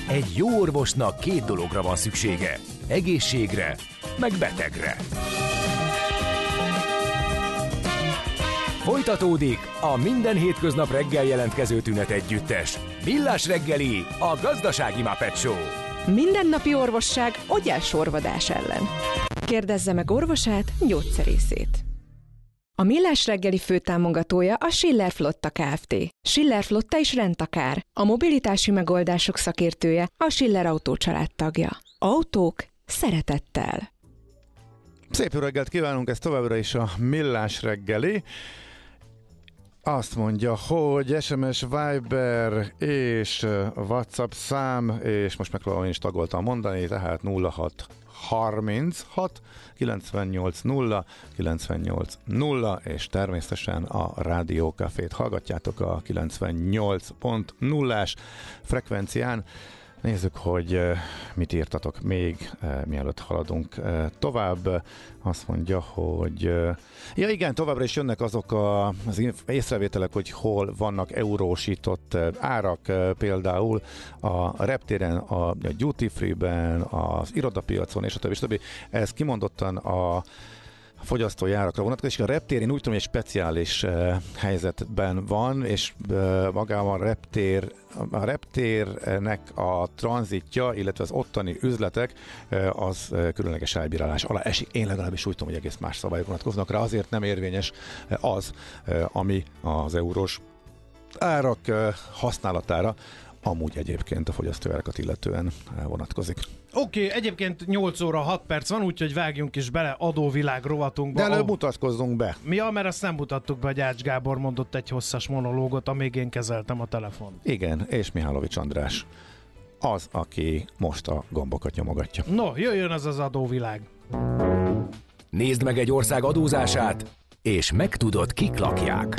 Egy jó orvosnak két dologra van szüksége. Egészségre, meg betegre. Folytatódik a minden hétköznap reggel jelentkező tünet együttes. Millás reggeli, a gazdasági Muppet Show. Mindennapi orvosság ogyásorvadás ellen. Kérdezze meg orvosát, gyógyszerészét. A Millás reggeli főtámogatója a Schiller Flotta Kft. Schiller Flotta is rendtakár. A mobilitási megoldások szakértője, a Schiller Autó család tagja. Autók szeretettel. Szép jó reggelt kívánunk, ez továbbra is a Millás reggeli. Azt mondja, hogy SMS, Viber és WhatsApp szám, és most megpróbálom én is tagoltam mondani, tehát 0636 98 0 98 0, és természetesen a Rádió Cafét hallgatjátok a 98.0-ás frekvencián. Nézzük, hogy mit írtatok még, mielőtt haladunk tovább. Azt mondja, hogy ja igen, továbbra is jönnek azok az észrevételek, hogy hol vannak eurósított árak, például a reptéren, a duty free-ben, az irodapiacon, és a többi. Ez kimondottan a fogyasztói árakra vonatkozik, és a reptér, én úgy tudom, hogy egy speciális helyzetben van, és magában a reptérnek a tranzitja, illetve az ottani üzletek, az különleges elbírálás alá esik. Én legalábbis úgy tudom, hogy egész más szabályok vonatkoznak rá, azért nem érvényes az, ami az eurós árak használatára amúgy egyébként a fogyasztóárakat illetően vonatkozik. Oké, egyébként 8 óra 6 perc van, úgyhogy vágjunk is bele adóvilág rovatunkba. De előbb mutatkozzunk be. Mert azt nem mutattuk be, hogy Ács Gábor mondott egy hosszas monológot, amíg én kezeltem a telefon. Igen, és Mihálovics András az, aki most a gombokat nyomogatja. No, jöjjön az adóvilág. Nézd meg egy ország adózását, és megtudod, kik lakják.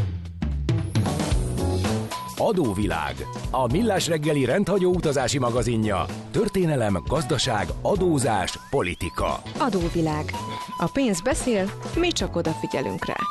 Adóvilág, a Millás reggeli rendhagyó utazási magazinja. Történelem, gazdaság, adózás, politika. Adóvilág. A pénz beszél, mi csak odafigyelünk rá.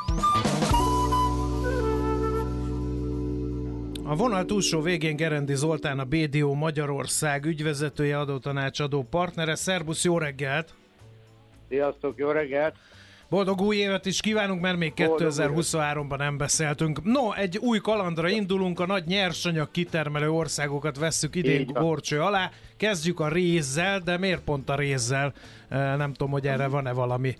A vonal túlsó végén Gerendi Zoltán, a BDO Magyarország ügyvezetője, adótanácsadó partnere. Szerbusz, jó reggelt! Sziasztok, jó reggelt! Boldog új évet is kívánunk, mert még 2023-ban nem beszéltünk. No, egy új kalandra indulunk, a nagy nyersanyag kitermelő országokat vesszük idén górcső alá. Kezdjük a rézzel, de miért pont a rézzel? Nem tudom, hogy erre van-e valami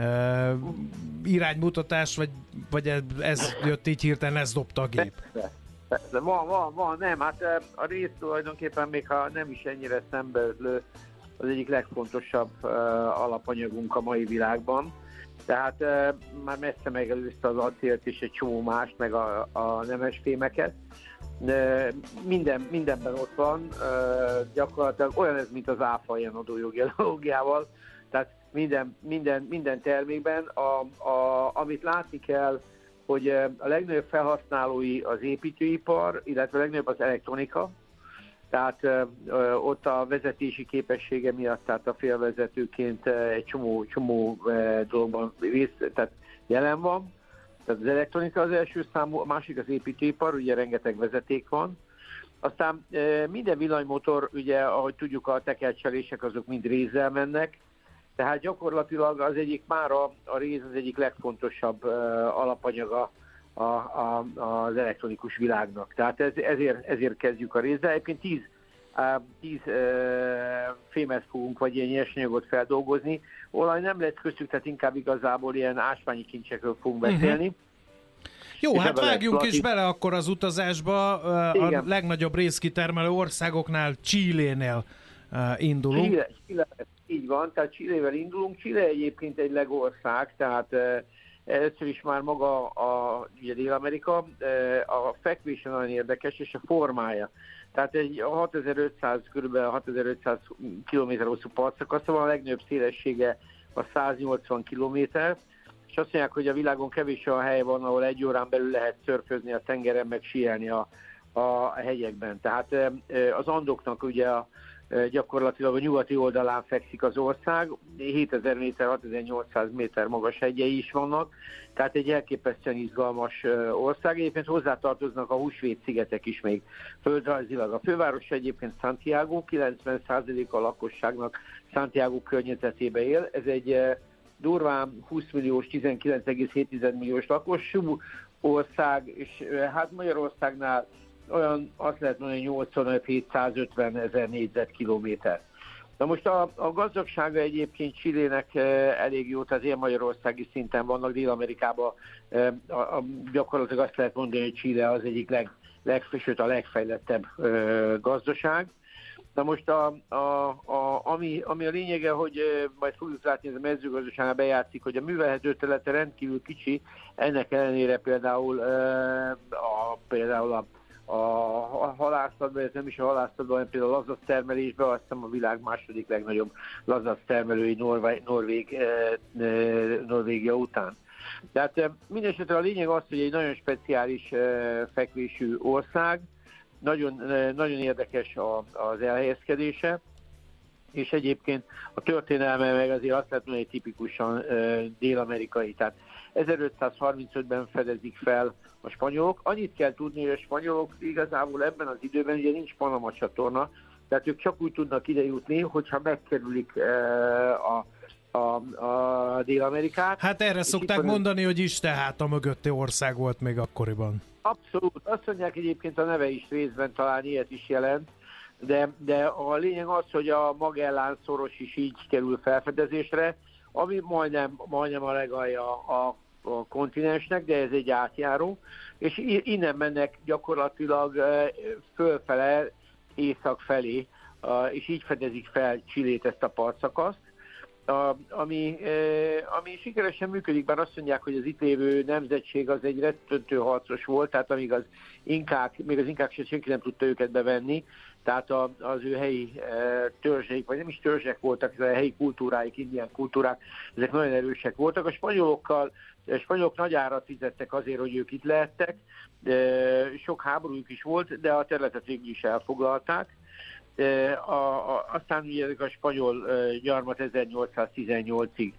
iránymutatás, vagy ez jött így hirtelen, ez dobta a gép? Persze. Van, nem, hát a rész tulajdonképpen még ha nem is ennyire szembeötlő, az egyik legfontosabb alapanyagunk a mai világban. Tehát már messze megelőzte az acélt és egy csomó mást, meg a nemesfémeket. Mindenben ott van, gyakorlatilag olyan ez, mint az áfa ilyen adójogi analógiával. Tehát minden termékben, amit látni kell, hogy a legnagyobb felhasználói az építőipar, illetve a legnagyobb az elektronika. Tehát ott a vezetési képessége miatt, tehát a félvezetőként egy csomó dologban tehát jelen van. Tehát az elektronika az első számú, a másik az építőipar, ugye rengeteg vezeték van. Aztán minden villanymotor, ugye ahogy tudjuk, a tekercselések azok mind rézzel mennek, tehát gyakorlatilag az egyik a réz az egyik legfontosabb alapanyaga az elektronikus világnak. Tehát ezért kezdjük a rézzel. Egyébként 10 fémet fogunk, vagy ilyen nyersanyagot feldolgozni. Olaj nem lesz köztük, tehát inkább igazából ilyen ásványi kincsekről fogunk beszélni. Jó, és hát vágjunk is bele akkor az utazásba. A legnagyobb részkitermelő országoknál, Chilénél indulunk. Chile, így van, tehát Chilével indulunk. Chile egyébként egy legország, tehát először is már maga ugye Dél-Amerika, a fekvése nagyon érdekes, és a formája. Tehát egy 6500, kb. 6500 km hosszú partszakasza van, a legnagyobb szélessége a 180 km, és azt mondják, hogy a világon kevés olyan hely van, ahol egy órán belül lehet szörfözni a tengeren, meg síelni a hegyekben. Tehát az Andoknak ugye gyakorlatilag a nyugati oldalán fekszik az ország, 7000 méter, 6800 méter magas hegyei is vannak, tehát egy elképesztően izgalmas ország. Egyébként hozzátartoznak a Húsvét-szigetek is még földrajzilag. A főváros egyébként Santiago, 90% a lakosságnak Santiago környezetébe él. Ez egy durván 20 milliós, 19,7 milliós lakosú ország, és hát Magyarországnál olyan, azt lehet mondani, 85-750 ezer négyzetkilométer. Na most a gazdagsága egyébként Chilének elég jó, tehát ilyen magyarországi szinten vannak. Dél-Amerikában gyakorlatilag azt lehet mondani, hogy Chile az egyik sőt a legfejlettebb gazdaság. Na most ami a lényege, hogy majd fogjuk látni, ez a mezőgazdaságnál bejátszik, hogy a művelhető területe rendkívül kicsi, ennek ellenére például a halászatban, ez nem is a halászatban, hanem például a lazac termelésben, azt hiszem a világ második legnagyobb lazac termelői Norvégia után. Tehát mindesetre a lényeg az, hogy egy nagyon speciális fekvésű ország, nagyon, nagyon érdekes az elhelyezkedése, és egyébként a történelme meg azért azt lehet mondani, hogy tipikusan dél-amerikai. Tehát 1535-ben fedezik fel a spanyolok. Annyit kell tudni, hogy a spanyolok igazából ebben az időben ugye nincs Panama csatorna, tehát ők csak úgy tudnak ide jutni, hogyha megkerülik a Dél-Amerikát. Hát erre szokták mondani, hogy Isten a mögötti ország volt még akkoriban. Abszolút. Azt mondják egyébként, a neve is részben talán ilyet is jelent, de a lényeg az, hogy a Magellán szoros is így kerül felfedezésre, ami majdnem a legalja a kontinensnek, de ez egy átjáró, és innen mennek gyakorlatilag fölfele, észak felé, és így fedezik fel Chilét, ezt a partszakaszt, ami sikeresen működik, bár azt mondják, hogy az itt lévő nemzetség az egy rettentő harcos volt, tehát amíg az inkák se senki nem tudta őket bevenni, tehát az ő helyi törzseik, vagy nem is törzsek voltak, a helyi kultúráik, indián kultúrák, ezek nagyon erősek voltak. A spanyolok nagy árat fizettek azért, hogy ők itt lehettek, sok háborújuk is volt, de a területet végül is elfoglalták. Aztán ugye a spanyol gyarmat 1818-ig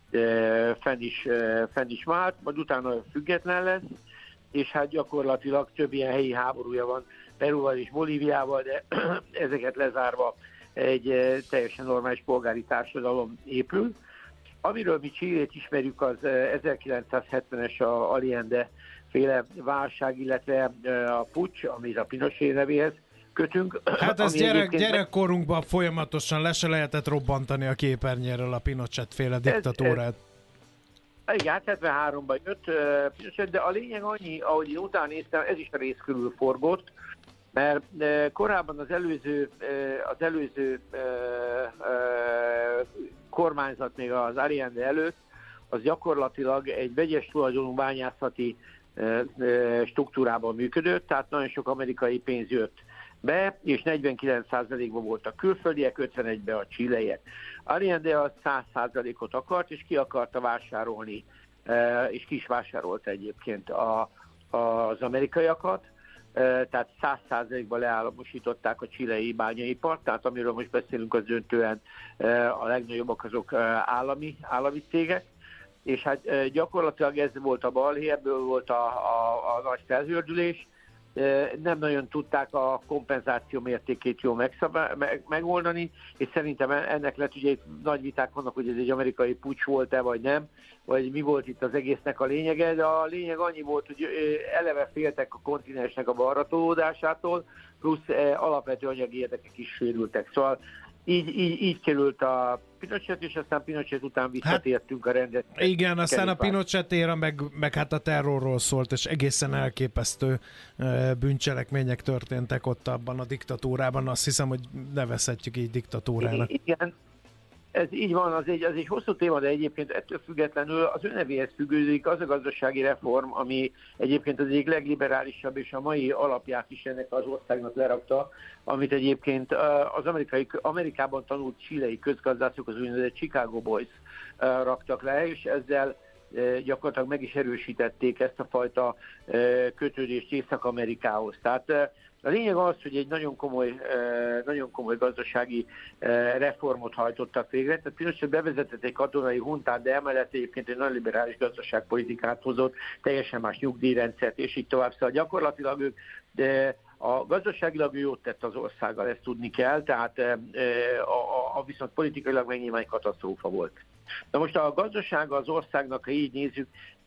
fenn is vált, majd utána független lesz, és hát gyakorlatilag több ilyen helyi háborúja van Perúval és Bolíviával, de ezeket lezárva egy teljesen normális polgári társadalom épül. Amiről mi Chilét ismerjük, az 1970-es a Allende féle válság, illetve a puccs, amit a Pinochet nevéhez kötünk. Hát ez gyerekkorunkban folyamatosan le se lehetett robbantani a képernyőről a Pinochet féle diktatúrát. Igen, 73-ban jött Pinochet, de a lényeg annyi, ahogy én utána néztem, ez is a rész körül forgott, mert korábban az előző kormányzat még az Allende előtt, az gyakorlatilag egy vegyes tulajdonú bányászati struktúrában működött, tehát nagyon sok amerikai pénz jött be, és 49%-ban voltak külföldiek, 51-ben a chileiek. Allende az 100%-ot akart, és ki akarta vásárolni, és ki is vásárolta egyébként az amerikaiakat, tehát 100%-ban leállamosították a chilei bányaipart, tehát amiről most beszélünk, az döntően a legnagyobbak azok állami cégek, és hát gyakorlatilag ez volt a balhé, ebből volt a nagy felhördülés, nem nagyon tudták a kompenzáció mértékét jól megoldani, és szerintem ennek lett, ugye nagy viták vannak, hogy ez egy amerikai puccs volt-e, vagy nem, vagy mi volt itt az egésznek a lényege, de a lényeg annyi volt, hogy eleve féltek a kontinensnek a balratolódásától, plusz alapvető anyagi érdekek is sérültek. Szóval így került a Pinochet, és aztán Pinochet után visszatértünk a rendet. Igen, aztán a Pinochet éra meg hát a terrorról szólt, és egészen elképesztő bűncselekmények történtek ott abban a diktatúrában. Azt hiszem, hogy nevezhetjük így diktatúrának. Igen, ez így van, az egy hosszú téma, de egyébként ettől függetlenül az önevéhez függődik az a gazdasági reform, ami egyébként az egyik legliberálisabb, és a mai alapját is ennek az országnak lerakta, amit egyébként az Amerikában tanult chilei közgazdászok, az úgynevezett Chicago Boys raktak le, és ezzel gyakorlatilag meg is erősítették ezt a fajta kötődést Észak-Amerikához. Tehát A lényeg az, hogy egy nagyon komoly gazdasági reformot hajtottak végre. Tehát Pinochet bevezetett egy katonai huntát, de emellett egyébként egy nagyon liberális gazdaságpolitikát hozott, teljesen más nyugdíjrendszert, és így tovább. Szóval gyakorlatilag ők, de a gazdaságilag jót tett az országgal, ezt tudni kell, tehát a viszont politikailag meg nyilván egy katasztrófa volt. Na most a gazdasága az országnak, ha így nézzük,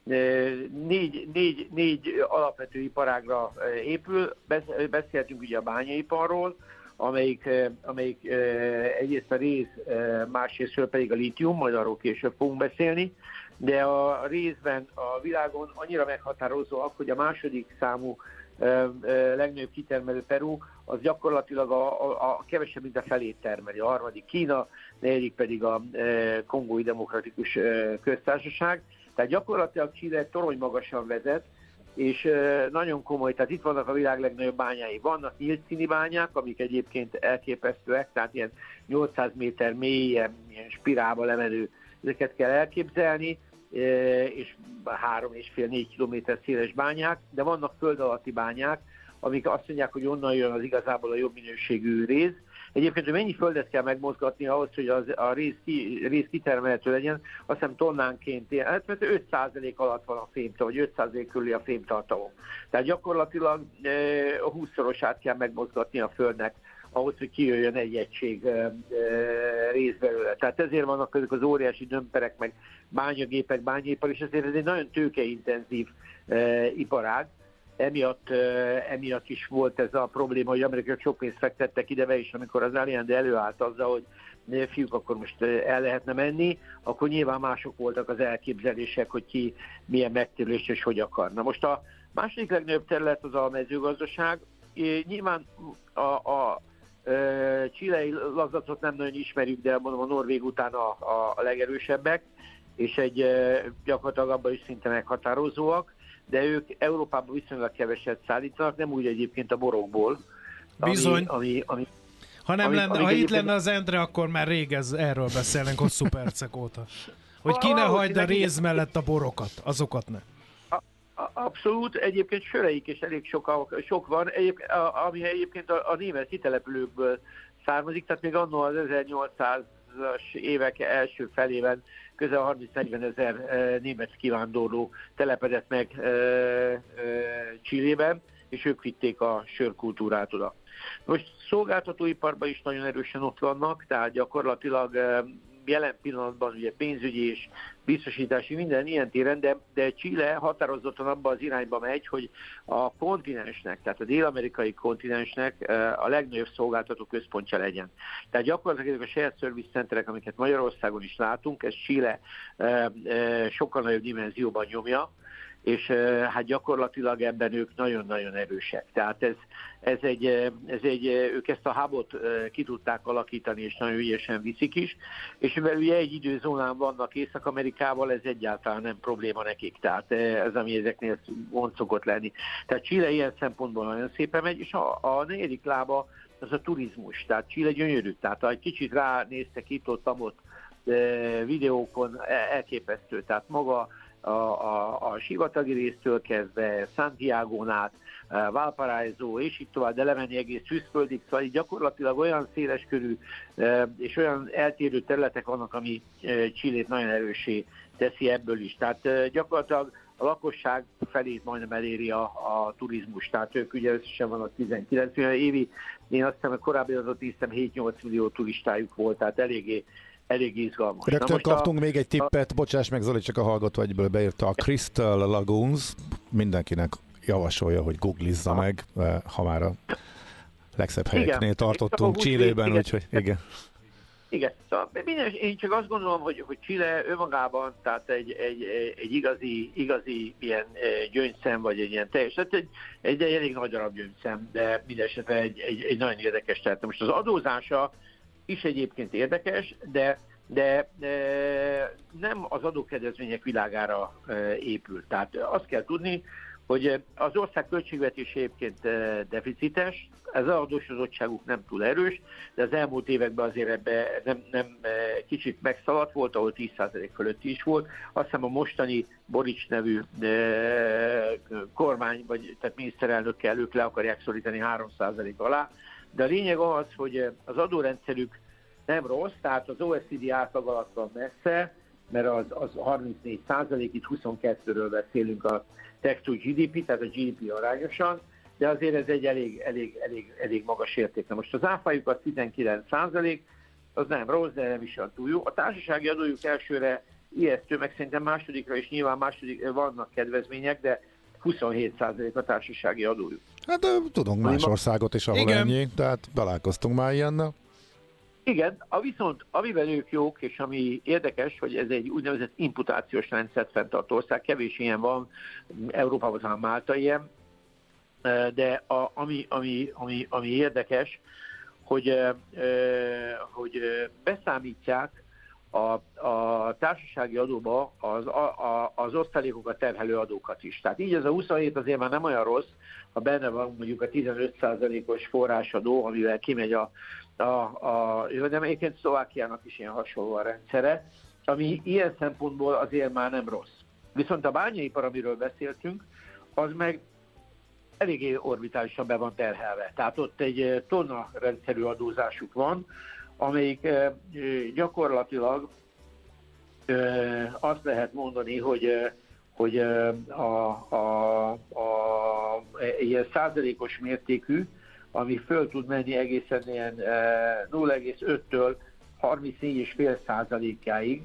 négy alapvető iparágra épül. Beszéltünk ugye a bányaiparról, amelyik egyrészt a réz, másrésztről pedig a lítium, majd arról később fogunk beszélni, de a részben a világon annyira meghatározóak, hogy a második számú legnagyobb kitermelő Peru, az gyakorlatilag a kevesebb, mint a felét termeli. A harmadik Kína, negyedik pedig a Kongói Demokratikus Köztársaság. Tehát gyakorlatilag Chile torony magasan vezet, és nagyon komoly, tehát itt vannak a világ legnagyobb bányái. Vannak nyílt színi bányák, amik egyébként elképesztőek, tehát ilyen 800 méter mély, ilyen spirálba lemenő, ezeket kell elképzelni, és 3,5-4 kilométer széles bányák, de vannak föld alatti bányák, amik azt mondják, hogy onnan jön az igazából a jobb minőségű réz. Egyébként, hogy mennyi földet kell megmozgatni ahhoz, hogy a réz kitermelhető legyen, azt hiszem tonnánként, hát 5% alatt van a fémtartalom, vagy 5% körüli a fémtartalom. Tehát gyakorlatilag 20-szorosát kell megmozgatni a földnek ahhoz, hogy kijöjjön egy egység rész belőle. Tehát ezért vannak ezek az óriási dömperek, meg bányagépek, bányépar, és ezért ez egy nagyon tőkeintenzív iparág. Emiatt is volt ez a probléma, hogy amerikaiak sok pénzt fektettek ide, és amikor az Allende előállt azzal, hogy fiúk, akkor most el lehetne menni, akkor nyilván mások voltak az elképzelések, hogy ki milyen megtérülést és hogy akar. Na most a második legnagyobb terület az a mezőgazdaság. Nyilván a chilei lazatot nem nagyon ismerjük, de mondom a norvég után a legerősebbek, és gyakorlatilag abban is szinte meghatározóak, de ők Európában viszonylag keveset szállítanak, nem úgy egyébként a borokból. Bizony. Ha itt lenne az Endre, akkor már rég erről beszélnénk hosszú percek óta. Hogy ki ne hagyd a réz mellett a borokat, azokat ne. Abszolút, egyébként söreik is elég sok van, ami egyébként a német kitelepülőkből származik, tehát még annól az 1800-as évek első felében közel 30-40 ezer német kivándorló telepedett meg Chilében, és ők vitték a sörkultúrát oda. Most szolgáltatóiparban is nagyon erősen ott vannak, tehát gyakorlatilag jelen pillanatban ugye pénzügyi és biztosítási minden ilyen téren, de Chile határozottan abban az irányba megy, hogy a kontinensnek, tehát a dél-amerikai kontinensnek a legnagyobb szolgáltató központja legyen. Tehát gyakorlatilag ezek a shared service centerek, amiket Magyarországon is látunk, ez Chile sokkal nagyobb dimenzióban nyomja, és hát gyakorlatilag ebben ők nagyon-nagyon erősek. Tehát ők ezt a hubot ki tudták alakítani, és nagyon ügyesen viszik is, és mivel ugye egy időzónán vannak Észak-Amerikával, ez egyáltalán nem probléma nekik, tehát ez, ami ezeknél gond szokott lenni. Tehát Chile ilyen szempontból nagyon szépen megy, és a negyedik lába az a turizmus, tehát Chile gyönyörű, tehát ha egy kicsit ránéztek itt-ott videókon, elképesztő, tehát maga a sivatagi résztől kezdve, Santiagón át, Valparaiso, és így tovább, de lemenni egész Szűzföldig, szóval gyakorlatilag olyan széleskörű és olyan eltérő területek vannak, ami Chilét nagyon erőssé teszi ebből is. Tehát gyakorlatilag a lakosság felét majdnem eléri a turizmus, tehát ők ugye összesen vannak 19 millió évi, én azt hiszem, hogy korábbi azot hiszem 7-8 millió turistájuk volt, tehát elég izgalmas. Rögtön kaptunk még egy tippet, bocsáss meg Zoli, csak a hallgató egyből beírta a Crystal Lagoons, mindenkinek javasolja, hogy googlizza meg, ha már a legszebb helyeknél tartottunk Chilében, úgyhogy igen. Igen, szóval én csak azt gondolom, hogy Chile önmagában, tehát egy igazi ilyen gyöngyszem, vagy egy ilyen teljes, tehát egy elég nagy darab gyöngyszem, de mindesetre egy nagyon érdekes terület. Most az adózása is egyébként érdekes, de nem az adókedvezmények világára épül. Tehát azt kell tudni, hogy az ország költségvetése egyébként deficites, az adósodottságuk nem túl erős, de az elmúlt években azért ebbe nem kicsit megszaladt volt, ahol 10% fölötti is volt. Azt hiszem a mostani Borics nevű kormány, vagy tehát miniszterelnökkel ők le akarják szorítani 3% alá, de a lényeg az, hogy az adórendszerük nem rossz, tehát az OECD átlag alatt van messze, mert az 34%, itt 22-ről beszélünk a tax to GDP, tehát a GDP arányosan, de azért ez egy elég magas érték. Na most az áfájuk az 19%, az nem rossz, de nem is olyan túl jó. A társasági adójuk elsőre ijesztő, meg szerintem másodikra is nyilván vannak kedvezmények, de 27% a társasági adójuk. Hát de tudunk más országot is, ahol ennyi, tehát találkoztunk már ilyennel. Igen, viszont amiben ők jók, és ami érdekes, hogy ez egy úgynevezett imputációs rendszert fenntartó ország, kevés ilyen van, Európában talán Málta ilyen, de ami érdekes, hogy beszámítják a társasági adóba az osztalékokat terhelő adókat is. Tehát így ez a 27 azért már nem olyan rossz, ha benne van mondjuk a 15%-os forrásadó, amivel kimegy de egyébként Szlovákiának is ilyen hasonló a rendszere, ami ilyen szempontból azért már nem rossz. Viszont a bányaipar, amiről beszéltünk, az meg eléggé orbitálisan be van terhelve. Tehát ott egy tonna rendszerű adózásuk van, amelyik gyakorlatilag azt lehet mondani, hogy ilyen százalékos mértékű, ami föl tud menni egészen ilyen 0,5-től 34,5%-áig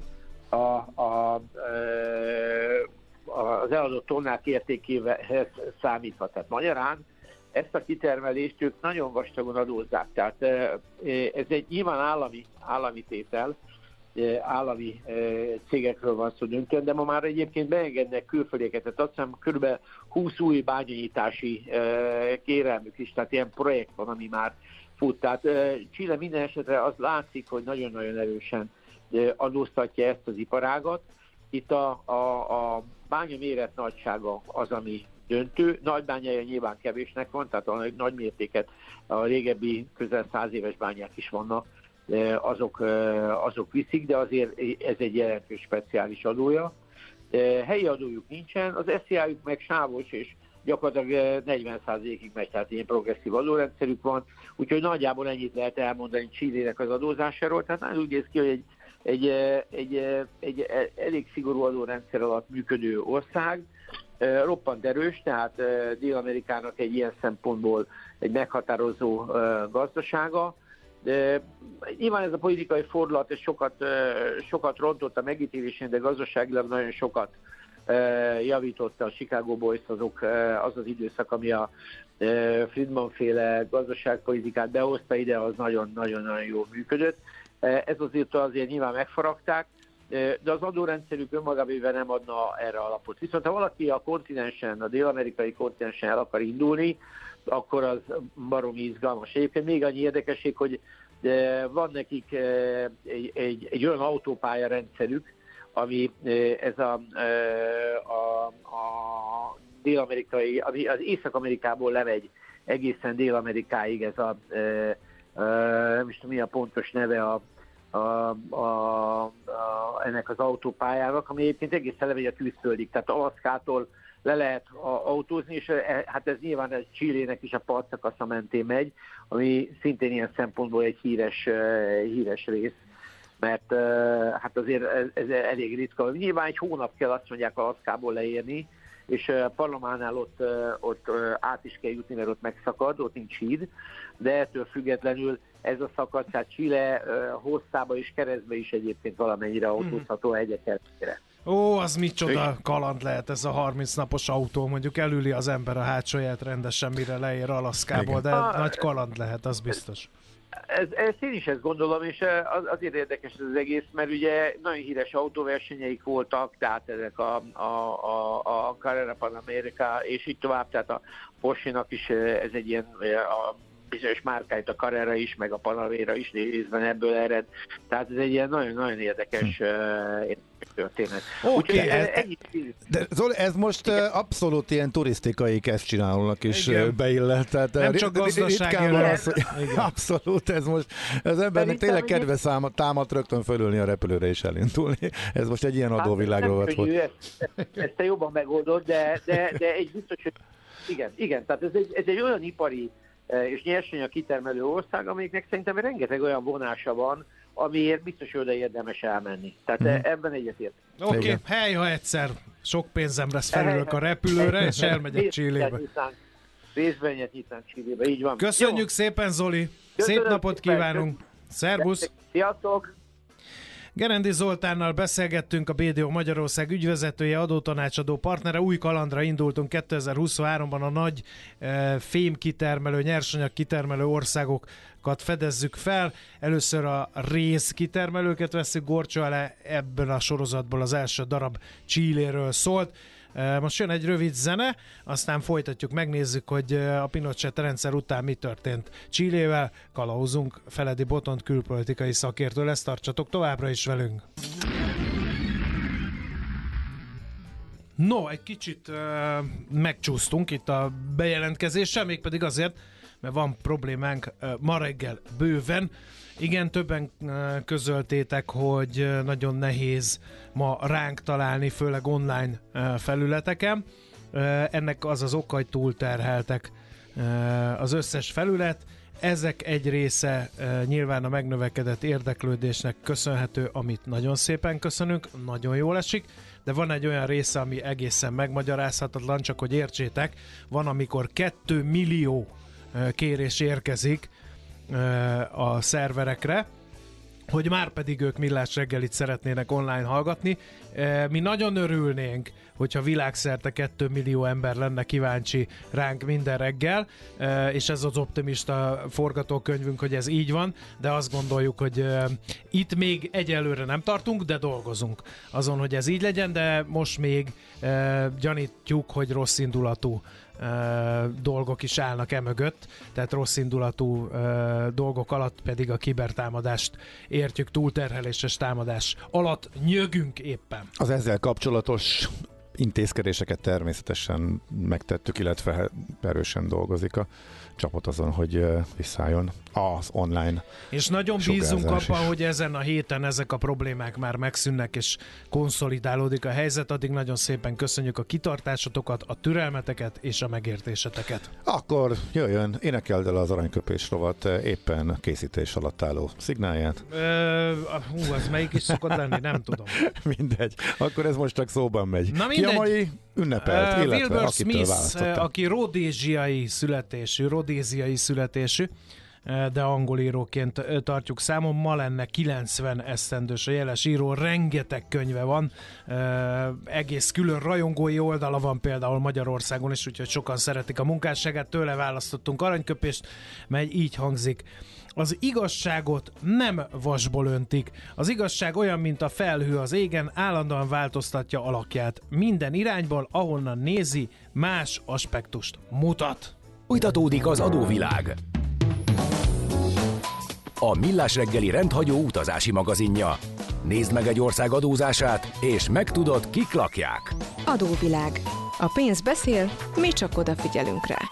az eladott tonnák értékéhez számíthat. Tehát magyarán ezt a kitermelést ők nagyon vastagon adózzák. Tehát ez egy nyilván állami tétel, állami cégekről van szó döntően, de ma már egyébként beengednek külföldieket. Tehát azt hiszem kb. 20 új bányanyítási kérelmük is, tehát ilyen projekt van, ami már fut. Tehát Chile minden esetre az látszik, hogy nagyon-nagyon erősen adóztatja ezt az iparágat. Itt a bánya méret nagysága az, ami döntő. Nagy bányája nyilván kevésnek van, tehát a nagy mértéket, a régebbi közel 100 éves bányák is vannak, azok viszik, de azért ez egy jelentős speciális adója. Helyi adójuk nincsen, az SZIA-juk meg sávos, és gyakorlatilag 40%-ig megy, tehát ilyen progresszív adórendszerük van, úgyhogy nagyjából ennyit lehet elmondani Chilének az adózásáról, tehát nagyon úgy néz ki, hogy egy elég szigorú adórendszer alatt működő ország, roppant erős, tehát Dél-Amerikának egy ilyen szempontból egy meghatározó gazdasága. De nyilván ez a politikai fordulat ez sokat rontott a megítélésén, de gazdaságilag nagyon sokat javította a Chicago Boys az az időszak, ami a Friedman-féle gazdaságpolitikát behozta ide, az nagyon-nagyon jól működött. Ez azért nyilván megfaragták, de az adórendszerük önmagában nem adna erre alapot. Viszont ha valaki a dél-amerikai kontinensen el akar indulni, akkor az baromi izgalmas. Egyébként még annyi érdekesség, hogy van nekik egy olyan autópálya rendszerük, ami ez a dél-amerikai, ami az Észak-Amerikából lemegy egészen Dél-Amerikáig, ez nem is tudom mi a pontos neve ennek az autópályának, ami egyébként egészen lemegy a tűzföldig, tehát Alaszkától le lehet autózni, és hát ez nyilván ez Chilének is a partszakasza mentén megy, ami szintén ilyen szempontból egy híres rész, mert hát azért ez elég ritka. Nyilván egy hónap kell, azt mondják, Alaszkából leérni, és Palománál ott át is kell jutni, mert ott megszakad, ott nincs híd, de ettől függetlenül ez a szakasz, tehát Chile hosszába és keresztbe is egyébként valamennyire autózható a hegyek ellenére. Ó, az micsoda kaland lehet ez a 30 napos autó, mondjuk elüli az ember a hátsóját rendesen, mire leér Alaszkából, de nagy kaland lehet, az biztos. Én is ezt gondolom, és azért érdekes ez az egész, mert ugye nagyon híres autóversenyeik voltak, tehát ezek a Carrera Panamérica, és így tovább, tehát a Porsche-nak is ez egy ilyen bizonyos márkáit, a Carrera is, meg a Panamera is részben ebből ered. Tehát ez egy ilyen nagyon-nagyon érdekes történet. Oké, de Zoli, ez most abszolút ilyen turisztikai kezdcsinálónak is beillett. Tehát nem csak gazdasági. Abszolút, ez most az embernek tényleg kedve támad rögtön fölülni a repülőre és elindulni. Ez most egy ilyen adóvilágról volt. Ezt te jobban megoldod, de egy biztos, hogy igen, tehát ez egy olyan ipari és nyersanyag kitermelő ország, amelyiknek szerintem rengeteg olyan vonása van, amiért biztos, hogy oda érdemes elmenni. Tehát ebben egyetért. Oké, hely, ha egyszer sok pénzem lesz, felülök a repülőre, és elmegyek Chilébe. Részben nyitnánk Chilébe, így van. Köszönjük szépen, Zoli! Szép napot kívánunk! Szervusz! Sziasztok! Gerendi Zoltánnal beszélgettünk, a BDO Magyarország ügyvezetője, adótanácsadó partnere. Új kalandra indultunk 2023-ban, a nagy fémkitermelő, nyersanyag kitermelő országokat fedezzük fel. Először a rézkitermelőket veszük górcső alá, ebben a sorozatból az első darab Chiléről szólt. Most jön egy rövid zene, aztán folytatjuk, megnézzük, hogy a Pinochet rendszer után mi történt Chilével. Kalauzunk Feledi Botont külpolitikai szakértő lesz, tartsatok továbbra is velünk. No, egy kicsit megcsúsztunk itt a bejelentkezéssel, mégpedig azért, mert van problémánk ma reggel bőven. Igen, többen közöltétek, hogy nagyon nehéz ma ránk találni, főleg online felületeken. Ennek az az oka, hogy túlterheltek az összes felület. Ezek egy része nyilván a megnövekedett érdeklődésnek köszönhető, amit nagyon szépen köszönünk, nagyon jól esik, de van egy olyan része, ami egészen megmagyarázhatatlan, csak hogy értsétek, van, amikor 2 millió kérés érkezik a szerverekre, hogy már pedig ők Millás reggelit szeretnének online hallgatni. Mi nagyon örülnénk, hogyha világszerte 2 millió ember lenne kíváncsi ránk minden reggel, és ez az optimista forgatókönyvünk, hogy ez így van, de azt gondoljuk, hogy itt még egyelőre nem tartunk, de dolgozunk azon, hogy ez így legyen, de most még gyanítjuk, hogy rossz indulatú dolgok is állnak emögött, tehát rossz indulatú dolgok alatt pedig a kibertámadást értjük, túlterheléses támadás alatt nyögünk éppen. Az ezzel kapcsolatos intézkedéseket természetesen megtettük, illetve erősen dolgozik a csapat azon, hogy visszajön az online. És nagyon bízunk abban, hogy ezen a héten ezek a problémák már megszűnnek, és konszolidálódik a helyzet. Addig nagyon szépen köszönjük a kitartásotokat, a türelmeteket és a megértéseteket. Akkor jöjjön, énekeld el az aranyköpés rovat éppen készítés alatt álló szignálját. Az melyik is szokott lenni? Nem tudom. Mindegy. Akkor ez most csak szóban megy. Na Ki a mai ünnepelt, illetve Wilbur akitől Smith, választottam? aki rodéziai születésű, de angol íróként tartjuk számon. Ma lenne 90 esztendős a jeles író, rengeteg könyve van, egész külön rajongói oldala van például Magyarországon is, úgyhogy sokan szeretik a munkásságát, tőle választottunk aranyköpést, mely így hangzik. Az igazságot nem vasból öntik. Az igazság olyan, mint a felhő az égen, állandóan változtatja alakját. Minden irányból, ahonnan nézi, más aspektust mutat. Folytatódik az adóvilág. A Millás reggeli rendhagyó utazási magazinja. Nézd meg egy ország adózását, és megtudod, kik lakják. Adóvilág. A pénz beszél, mi csak odafigyelünk rá.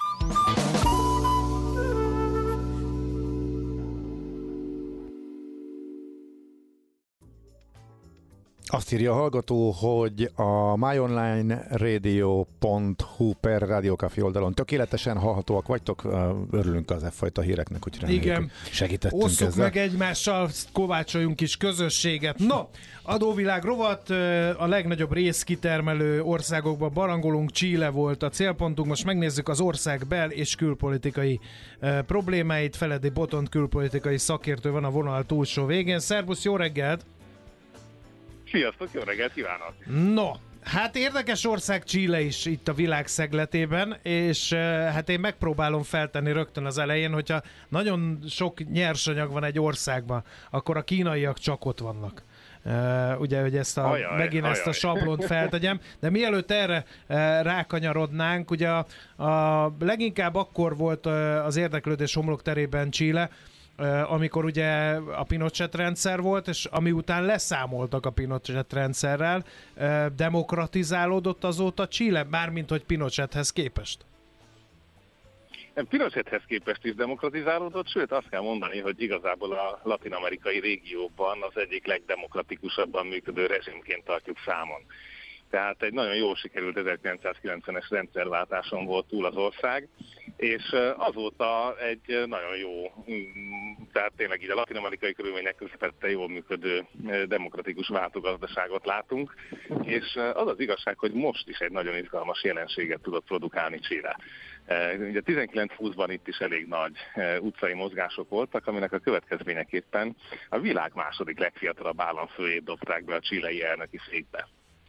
Azt írja a hallgató, hogy a myonlineradio.hu per Rádiókafé oldalon tökéletesen hallhatóak vagytok, örülünk az e-fajta híreknek, hogy reméljük, segítettünk osszuk ezzel. Meg egymással, kovácsoljunk is közösséget. No, adóvilág rovat, a legnagyobb részkitermelő országokban barangolunk, Chile volt a célpontunk, most megnézzük az ország bel- és külpolitikai problémáit. Feledi Botont külpolitikai szakértő van a vonal túlsó végén. Szervusz, jó reggelt! Sziasztok, jó reggelt kívánok! No, hát érdekes ország Chile is itt a világ szegletében, és hát én megpróbálom feltenni rögtön az elején, hogyha nagyon sok nyersanyag van egy országban, akkor a kínaiak csak ott vannak. ugye, hogy ezt ezt a sablont feltegyem, de mielőtt erre rákanyarodnánk, ugye leginkább akkor volt az érdeklődés homlokterében Chile, amikor ugye a Pinochet rendszer volt, és ami után leszámoltak a Pinochet rendszerrel, demokratizálódott azóta Chile, mármint hogy Pinochethez képest? Pinochethez képest is demokratizálódott, sőt azt kell mondani, hogy igazából a latin-amerikai régióban az egyik legdemokratikusabban működő rezsimként tartjuk számon. Tehát egy nagyon jól sikerült 1990-es rendszerváltáson volt túl az ország, és azóta egy nagyon jó, tehát tényleg így a latin-amerikai körülmények közepette jól működő demokratikus váltogazdaságot látunk, és az az igazság, hogy most is egy nagyon izgalmas jelenséget tudott produkálni Chile. Ugye 19-20-ban itt is elég nagy utcai mozgások voltak, aminek a következményeképpen a világ második legfiatalabb államfőjét dobták be a chilei elnöki székbe.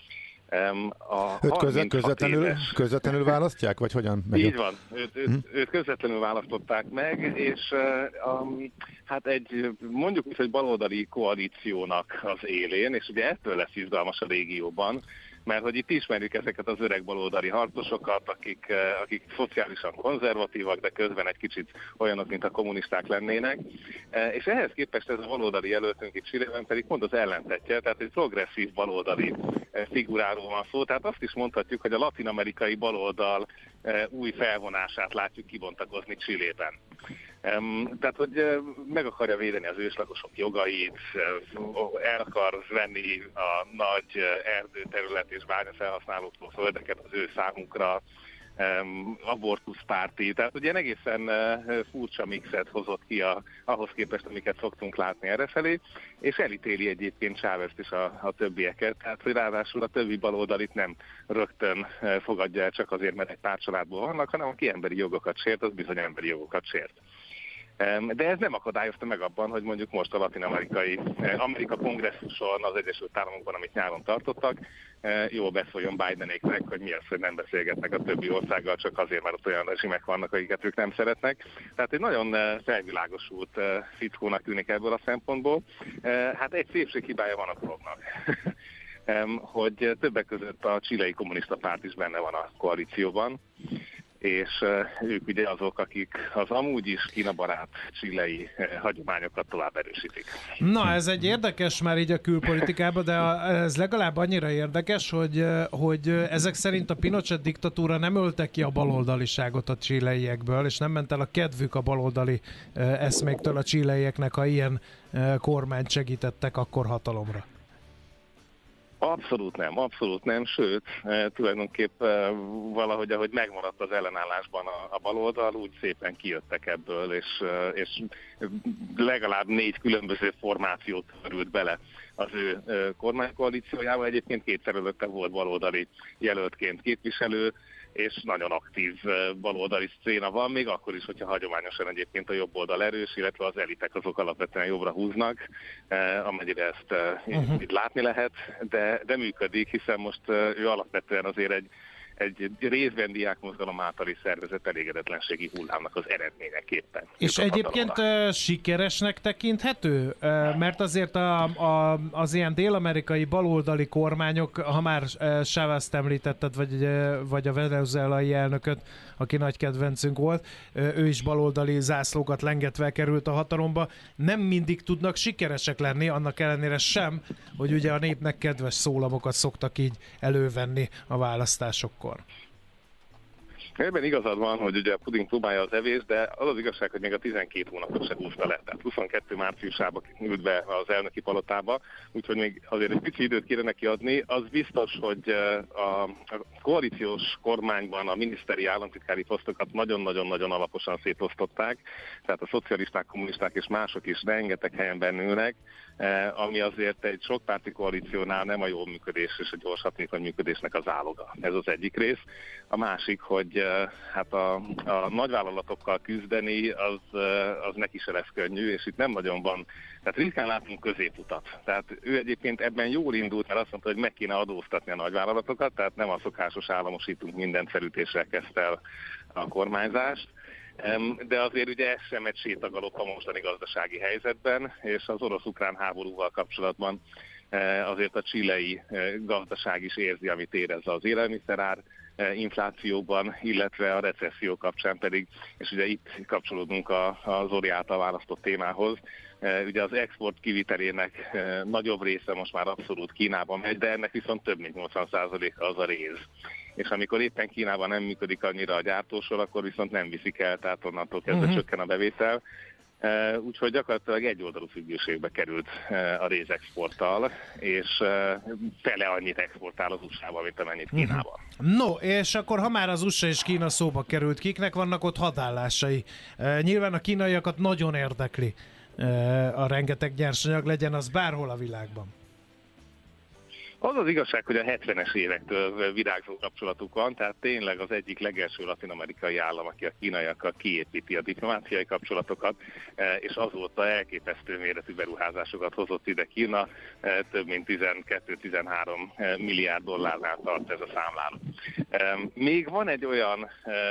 Közvetlenül választják, vagy hogyan? Így van, őt közvetlenül választották meg, és hát mondjuk is egy baloldali koalíciónak az élén, és ugye ettől lesz izgalmas a régióban, mert hogy itt ismerjük ezeket az öreg baloldali harcosokat, akik szociálisan konzervatívak, de közben egy kicsit olyanok, mint a kommunisták lennének. És ehhez képest ez a baloldali jelöltünk itt Chilében pedig pont az ellentetje, tehát egy progresszív baloldali figuráról van szó. Tehát azt is mondhatjuk, hogy a latin-amerikai baloldal új felvonását látjuk kibontakozni Chilében. Tehát, hogy meg akarja védeni az őslakosok jogait, el akar venni a nagy erdőterület és bányafelhasználóktól földeket az ő számukra, abortuszpárti, tehát ugye egészen furcsa mixet hozott ki ahhoz képest, amiket szoktunk látni errefelé, és elítéli egyébként Chávezt és a többieket, tehát hogy ráadásul a többi baloldalit nem rögtön fogadja el csak azért, mert egy pártcsaládból vannak, hanem aki emberi jogokat sért, az bizony emberi jogokat sért. De ez nem akadályozta meg abban, hogy mondjuk most a Latin-Amerika kongresszuson az Egyesült Államokban, amit nyáron tartottak, jól beszóljon Bidenéknek, hogy mi az, hogy nem beszélgetnek a többi országgal, csak azért, mert ott olyan rezsimek vannak, akiket ők nem szeretnek. Tehát egy nagyon felvilágosult fickónak tűnik ebből a szempontból. Hát egy szépséghibája van a dolognak. Hogy többek között a chilei kommunista párt is benne van a koalícióban, és ők ugye azok, akik az amúgy is kínabarát chilei hagyományokat tovább erősítik. Na, ez egy érdekes már így a külpolitikában, de ez legalább annyira érdekes, hogy ezek szerint a Pinochet diktatúra nem ölte ki a baloldaliságot a chileiekből, és nem ment el a kedvük a baloldali eszméktől a chileieknek, ha ilyen kormányt segítettek akkor hatalomra. Abszolút nem, sőt, tulajdonképp valahogy, ahogy megmaradt az ellenállásban a baloldal, úgy szépen kijöttek ebből, és legalább 4 különböző formációt törült bele az ő kormánykoalíciójába. Egyébként kétszer előtte volt baloldali jelöltként képviselő, és nagyon aktív baloldali szcéna van, még akkor is, hogyha hagyományosan egyébként a jobb oldal erős, illetve az elitek azok alapvetően jobbra húznak, amennyire ezt itt látni lehet, de működik, hiszen most ő alapvetően azért egy részben diákmozgalom általi szervezet elégedetlenségi hullámnak az eredményeképpen. És egyébként sikeresnek tekinthető? Mert azért az ilyen dél-amerikai baloldali kormányok, ha már Chávezt említetted, vagy a venezuelai elnököt, aki nagy kedvencünk volt, ő is baloldali zászlókat lengetve került a hatalomba, nem mindig tudnak sikeresek lenni, annak ellenére sem, hogy ugye a népnek kedves szólamokat szoktak így elővenni a választásokkor. Ebben igazad van, hogy ugye a puding próbálja az evés, de az az igazság, hogy még a 12 hónapot se húzta le. Tehát 22 márciusában ült be az elnöki palotába, úgyhogy még azért egy pici időt kéne neki adni. Az biztos, hogy a koalíciós kormányban a miniszteri államtitkári posztokat nagyon-nagyon-nagyon alaposan szétosztották, tehát a szocialisták, kommunisták és mások is rengeteg helyen bennülnek, ami azért egy sokpárti koalíciónál nem a jó működés és a gyors hatékony működésnek az áloga. Ez az egyik rész. A másik, hogy hát a nagyvállalatokkal küzdeni, az neki se lesz könnyű, és itt nem nagyon van, tehát ritkán látunk középutat. Tehát ő egyébként ebben jól indult, mert azt mondta, hogy meg kéne adóztatni a nagyvállalatokat, tehát nem a szokásos államosítunk mindent felütéssel kezdte el a kormányzást, de azért ugye ez sem egy sétagalop a mostani gazdasági helyzetben, és az orosz-ukrán háborúval kapcsolatban azért a chilei gazdaság is érzi, amit érez az élelmiszerár inflációban, illetve a recesszió kapcsán pedig, és ugye itt kapcsolódunk a Zoli által választott témához, ugye az export kivitelének nagyobb része most már abszolút Kínában megy, de ennek viszont több mint 80%-a az a réz. És amikor éppen Kínában nem működik annyira a gyártósor, akkor viszont nem viszik el, tehát onnantól kezdve csökken a bevétel. Úgyhogy gyakorlatilag egyoldalú függőségbe került a rézexporttal, és fele annyit exportál az USA-ba, mint amennyit Kínában. No, és akkor ha már az USA és Kína szóba került, kiknek vannak ott hadállásai? Nyilván a kínaiakat nagyon érdekli a rengeteg nyersanyag, legyen az bárhol a világban. Az az igazság, hogy a 70-es évektől virágzó kapcsolatuk van, tehát tényleg az egyik legelső latin-amerikai állam, aki a kínaiakkal kiépíti a diplomáciai kapcsolatokat, és azóta elképesztő méretű beruházásokat hozott ide Kína, több mint 12-13 milliárd dollárnál tart ez a számláló. Még van egy olyan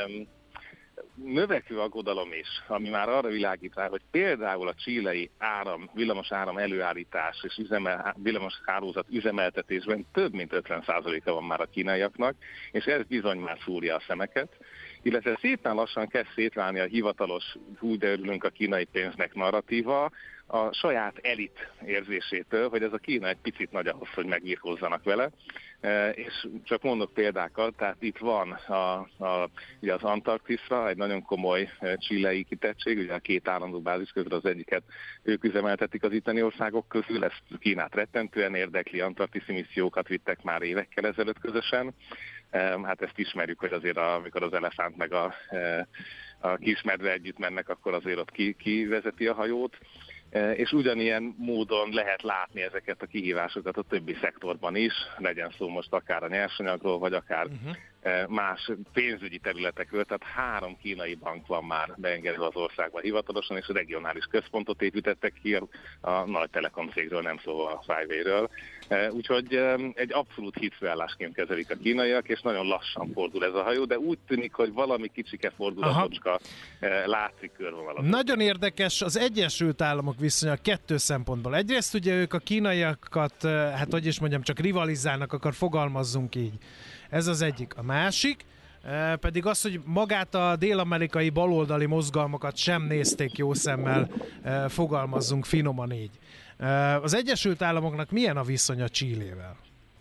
növekvő aggodalom is, ami már arra világít rá, hogy például a chilei villamos áram előállítás és villamos hálózat üzemeltetésben több mint 50%-a van már a kínaiaknak, és ez bizony már szúrja a szemeket, illetve szépen lassan kezd szétválni a hivatalos úgy de örülünk a kínai pénznek narratíva, a saját elit érzésétől, hogy ez a Kína egy picit nagy ahhoz, hogy megbirkózzanak vele, és csak mondok példákat, tehát itt van ugye az Antarktiszra egy nagyon komoly chilei kitettség, ugye a két állandó bázis közül az egyiket ők üzemeltetik az itteni országok közül, ezt Kínát rettentően érdekli, antarktiszi missziókat vittek már évekkel ezelőtt közösen. Hát ezt ismerjük, hogy azért amikor az elefánt meg a kismedve együtt mennek, akkor azért ott kivezeti a hajót. És ugyanilyen módon lehet látni ezeket a kihívásokat a többi szektorban is, legyen szó most akár a nyersanyagról, vagy akár más pénzügyi területekről, tehát 3 kínai bank van már beengedve az országban hivatalosan, és a regionális központot építettek ki, a nagy telekom cégről, nem szóval a Huawei-ről. Úgyhogy egy abszolút hitfőállásként kezelik a kínaiak, és nagyon lassan fordul ez a hajó, de úgy tűnik, hogy valami kicsike fordulatocska látszik körvonalazó. Nagyon érdekes az Egyesült Államok viszonya 2 szempontból. Egyrészt ugye ők a kínaiakat, hát hogy is mondjam, csak rivalizálnak, akkor fogalmazzunk így. Ez az egyik. A másik pedig az, hogy magát a dél-amerikai baloldali mozgalmakat sem nézték jó szemmel, fogalmazzunk finoman így. Az Egyesült Államoknak milyen a viszonya Chilével?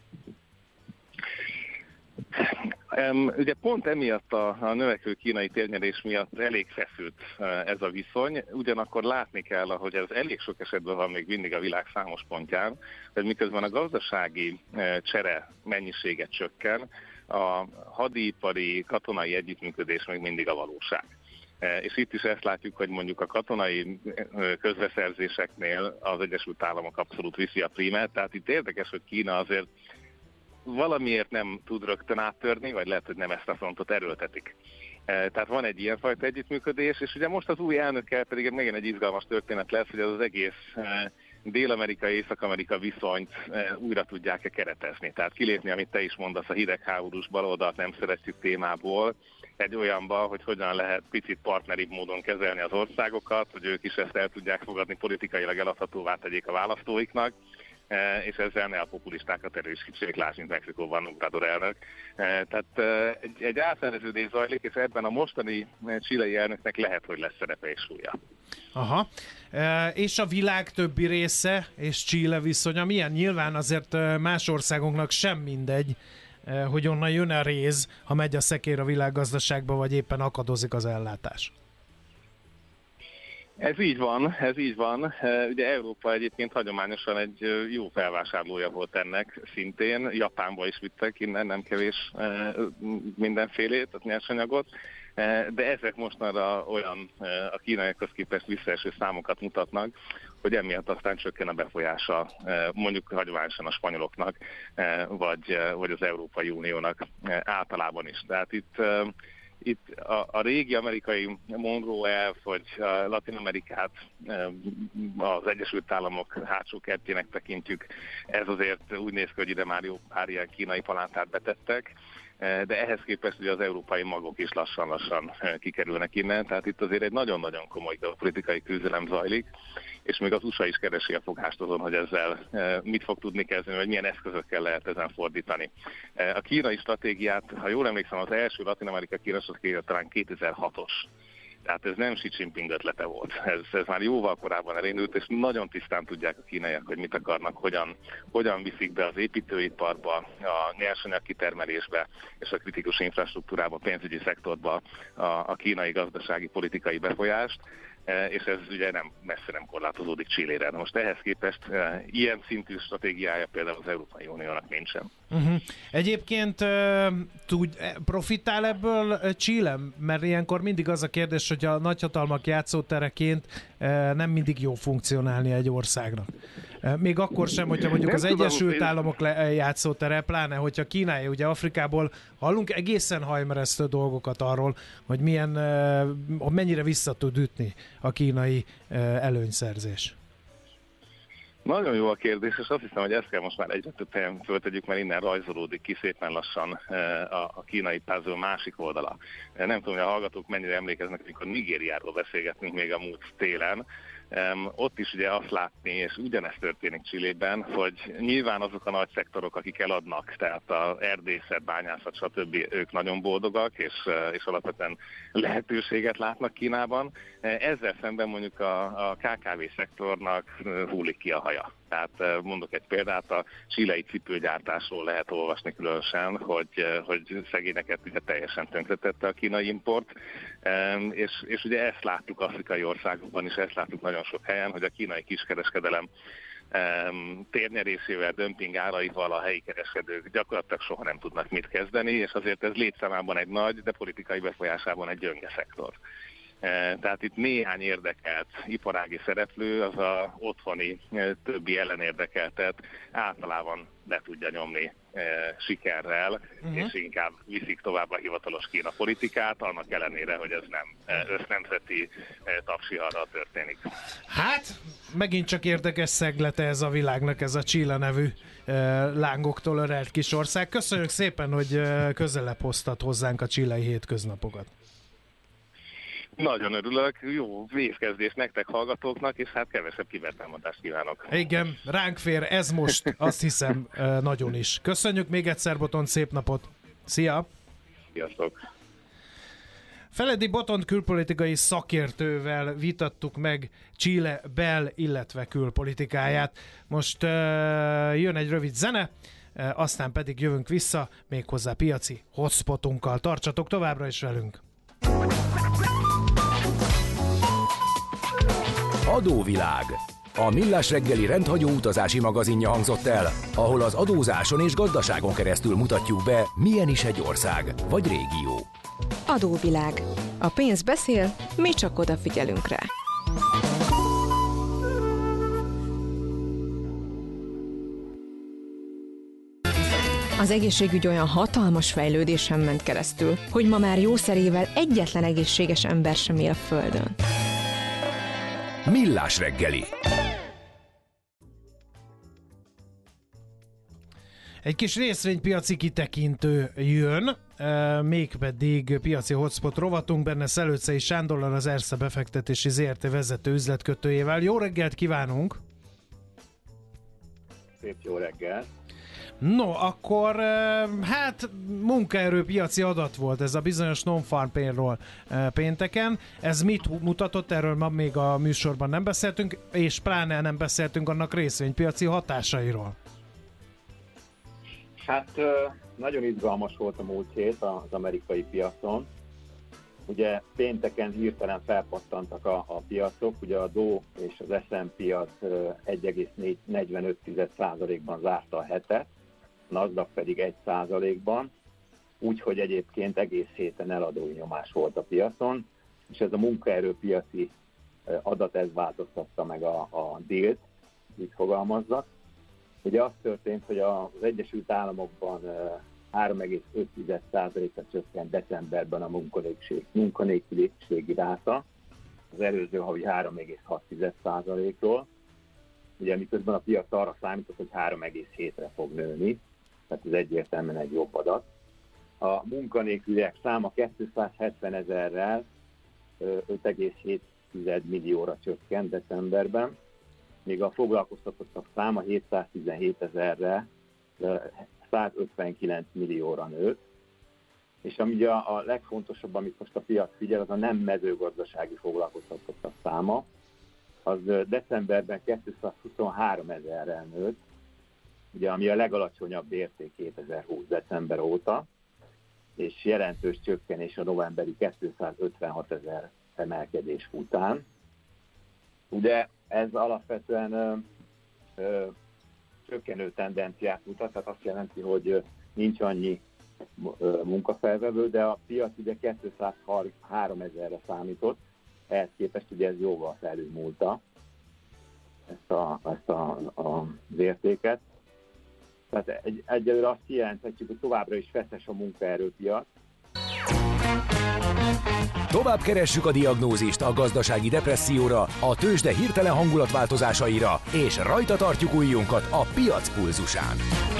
Ugye pont emiatt a növekvő kínai térnyerés miatt elég feszült ez a viszony, ugyanakkor látni kell, hogy ez elég sok esetben van még mindig a világ számos pontján, hogy miközben a gazdasági csere mennyisége csökken, a hadipari, katonai együttműködés még mindig a valóság. És itt is ezt látjuk, hogy mondjuk a katonai közbeszerzéseknél az Egyesült Államok abszolút viszi a prímet, tehát itt érdekes, hogy Kína azért valamiért nem tud rögtön áttörni, vagy lehet, hogy nem ezt a frontot erőltetik. Tehát van egy ilyenfajta együttműködés, és ugye most az új elnökkel pedig megint egy izgalmas történet lesz, hogy az egész Dél-Amerika, Észak-Amerika viszonyt újra tudják-e keretezni. Tehát kilépni, amit te is mondasz, a hidegháborús baloldalt nem szeretjük témából, egy olyanba, hogy hogyan lehet picit partneribb módon kezelni az országokat, hogy ők is ezt el tudják fogadni, politikailag eladhatóvá tegyék a választóiknak, és ezzel ne a populistákat erősítsék, lásd, mint Mexikóban Obrador elnök. Tehát egy átszerveződés zajlik, és ebben a mostani chilei elnöknek lehet, hogy lesz szerepe és súlya. Aha. És a világ többi része és Chile viszonya milyen? Nyilván azért más országoknak sem mindegy, hogy onnan jön a réz, ha megy a szekér a világgazdaságba, vagy éppen akadozik az ellátás. Ez így van. Ugye Európa egyébként hagyományosan egy jó felvásárlója volt ennek szintén. Japánba is vittek innen nem kevés mindenfélét, a nyersanyagot. De ezek mostanra olyan a kínaiakhoz képest visszaeső számokat mutatnak, hogy emiatt aztán csökken a befolyása mondjuk hagyományosan a spanyoloknak, vagy az Európai Uniónak általában is. Tehát itt a régi amerikai Monroe elv, vagy Latin-Amerikát az Egyesült Államok hátsó kertjének tekintjük, ez azért úgy néz ki, hogy ide már jó pár ilyen kínai palántát betettek, de ehhez képest ugye az európai magok is lassan-lassan kikerülnek innen, tehát itt azért egy nagyon-nagyon komoly politikai küzdelem zajlik, és még az USA is keresi a fogást azon, hogy ezzel mit fog tudni kezdeni, vagy milyen eszközökkel lehet ezen fordítani. A kínai stratégiát, ha jól emlékszem, az első Latin-Amerika Kína stratégia talán 2006-os. Tehát ez nem Xi Jinping ötlete volt. Ez már jóval korábban elindult, és nagyon tisztán tudják a kínaiak, hogy mit akarnak, hogyan viszik be az építőiparba, a nyersanyag kitermelésbe és a kritikus infrastruktúrába, pénzügyi szektorba a kínai gazdasági politikai befolyást, és ez ugye messze nem korlátozódik Chilére. Na most ehhez képest ilyen szintű stratégiája például az Európai Uniónak nincsen. Egyébként profitál ebből Chile? Mert ilyenkor mindig az a kérdés, hogy a nagyhatalmak játszótereként nem mindig jó funkcionálni egy országnak. Még akkor sem, hogyha mondjuk az Egyesült Államok játszótere, pláne hogyha Kínája, ugye Afrikából hallunk egészen hajmeresztő dolgokat arról, hogy mennyire vissza tud ütni a kínai előnyszerzés. Nagyon jó a kérdés, és azt hiszem, hogy ezt kell most már egyre több helyen föltegyük, mert innen rajzolódik ki szépen lassan a kínai puzzle másik oldala. Nem tudom, hogy a hallgatók mennyire emlékeznek, amikor Nigériáról beszélgettünk még a múlt télen. Ott is ugye azt látni, és ugyanezt történik Chilében, hogy nyilván azok a nagy szektorok, akik eladnak, tehát a erdészet, bányászat, stb. Ők nagyon boldogak, és alapvetően lehetőséget látnak Kínában. Ezzel szemben mondjuk a KKV szektornak hullik ki a haja. Tehát mondok egy példát, a chilei cipőgyártásról lehet olvasni különösen, hogy szegényeket ugye teljesen tönkretette a kínai import, és ugye ezt láttuk afrikai országokban is, ezt láttuk nagyon sok helyen, hogy a kínai kiskereskedelem térnyerésével, dömping áraival a helyi kereskedők gyakorlatilag soha nem tudnak mit kezdeni, és azért ez létszámában egy nagy, de politikai befolyásában egy gyönge szektor. Tehát itt néhány érdekelt iparági szereplő, az a otthoni többi ellenérdekeltet általában le tudja nyomni sikerrel, és inkább viszik tovább a hivatalos Kína politikát, annak ellenére, hogy ez nem össznemzeti tapsiharral történik. Hát, megint csak érdekes szeglete ez a világnak, ez a Chile nevű lángoktól örelt kis ország. Köszönjük szépen, hogy közelebb hoztad hozzánk a chilei hétköznapokat. Nagyon örülök, jó évkezdés nektek hallgatóknak, és hát kevesebb kibertámadást kívánok. Igen, ránk fér ez most, azt hiszem nagyon is. Köszönjük még egyszer, Botond, szép napot! Szia! Sziasztok! Feledi Botond külpolitikai szakértővel vitattuk meg Chile bel, illetve külpolitikáját. Most jön egy rövid zene, aztán pedig jövünk vissza, méghozzá piaci hotspotunkkal. Tartsatok továbbra is velünk! Adóvilág. A Millás reggeli rendhagyó utazási magazinja hangzott el, ahol az adózáson és gazdaságon keresztül mutatjuk be, milyen is egy ország vagy régió. Adóvilág. A pénz beszél, mi csak odafigyelünk rá. Az egészségügy olyan hatalmas fejlődésen ment keresztül, hogy ma már jószerével egyetlen egészséges ember sem él a Földön. Millás reggeli. Egy kis részvénypiaci kitekintő jön, mégpedig piaci hotspot rovatunk, benne Szelőczei Sándorral, az Erste befektetési ZRT vezető üzletkötőjével. Jó reggelt kívánunk! Szép jó reggelt! No, akkor hát munkaerőpiaci adat volt ez a bizonyos non-farm payroll pénteken. Ez mit mutatott? Erről ma még a műsorban nem beszéltünk, és pláne nem beszéltünk annak részvénypiaci hatásairól. Hát nagyon izgalmas volt a múlt hét az amerikai piacon. Ugye pénteken hirtelen felpattantak a piacok, ugye a Dow és az S&P az 1,45%-ban zárta a hetet, Nasdaq pedig 1%-ban, úgyhogy egyébként egész héten eladói nyomás volt a piacon, és ez a munkaerőpiaci adat ez változtatta meg a dílt, így fogalmazzak. Ugye az történt, hogy az Egyesült Államokban 3,5%-ra csökkent decemberben a munkanélküliségi ráta, az előző havi 3,6%-ról, ugye miközben a piac arra számított, hogy 3,7-re fog nőni, tehát ez egyértelműen egy jobb adat. A munkanélküliek száma 270 000-rel 5,7 millióra csökkent decemberben, míg a foglalkoztatottak száma 717 ezerre 159 millióra nőtt, és ami a legfontosabb, amit most a piac figyel, az a nem mezőgazdasági foglalkoztatottak száma, az decemberben 223 ezerrel nőtt, ugye, ami a legalacsonyabb érték 2020 december óta, és jelentős csökkenés a novemberi 256 ezer emelkedés után. Ugye ez alapvetően csökkenő tendenciát mutat, tehát azt jelenti, hogy nincs annyi munkafelvevő, de a piac ugye 203 ezerre számított, ehhez képest ugye ez jóval felülmúlta ezt az értéket. Tehát egyelőre azt kijelenthetjük, hogy továbbra is feszes a munkaerőpiac. Tovább keressük a diagnózist a gazdasági depresszióra, a tőzsde hirtelen hangulatváltozásaira, és rajta tartjuk ujjunkat a piac pulzusán.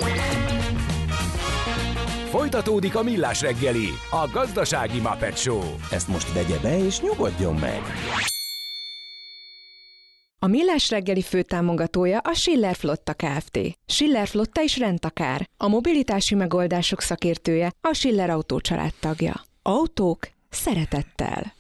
Folytatódik a Millás reggeli, a gazdasági Muppet Show. Ezt most vegye be és nyugodjon meg! A Millás reggeli főtámogatója a Schiller Flotta Kft. Schiller Flotta is rendtakár. A mobilitási megoldások szakértője, a Schiller Autó család tagja. Autók szeretettel.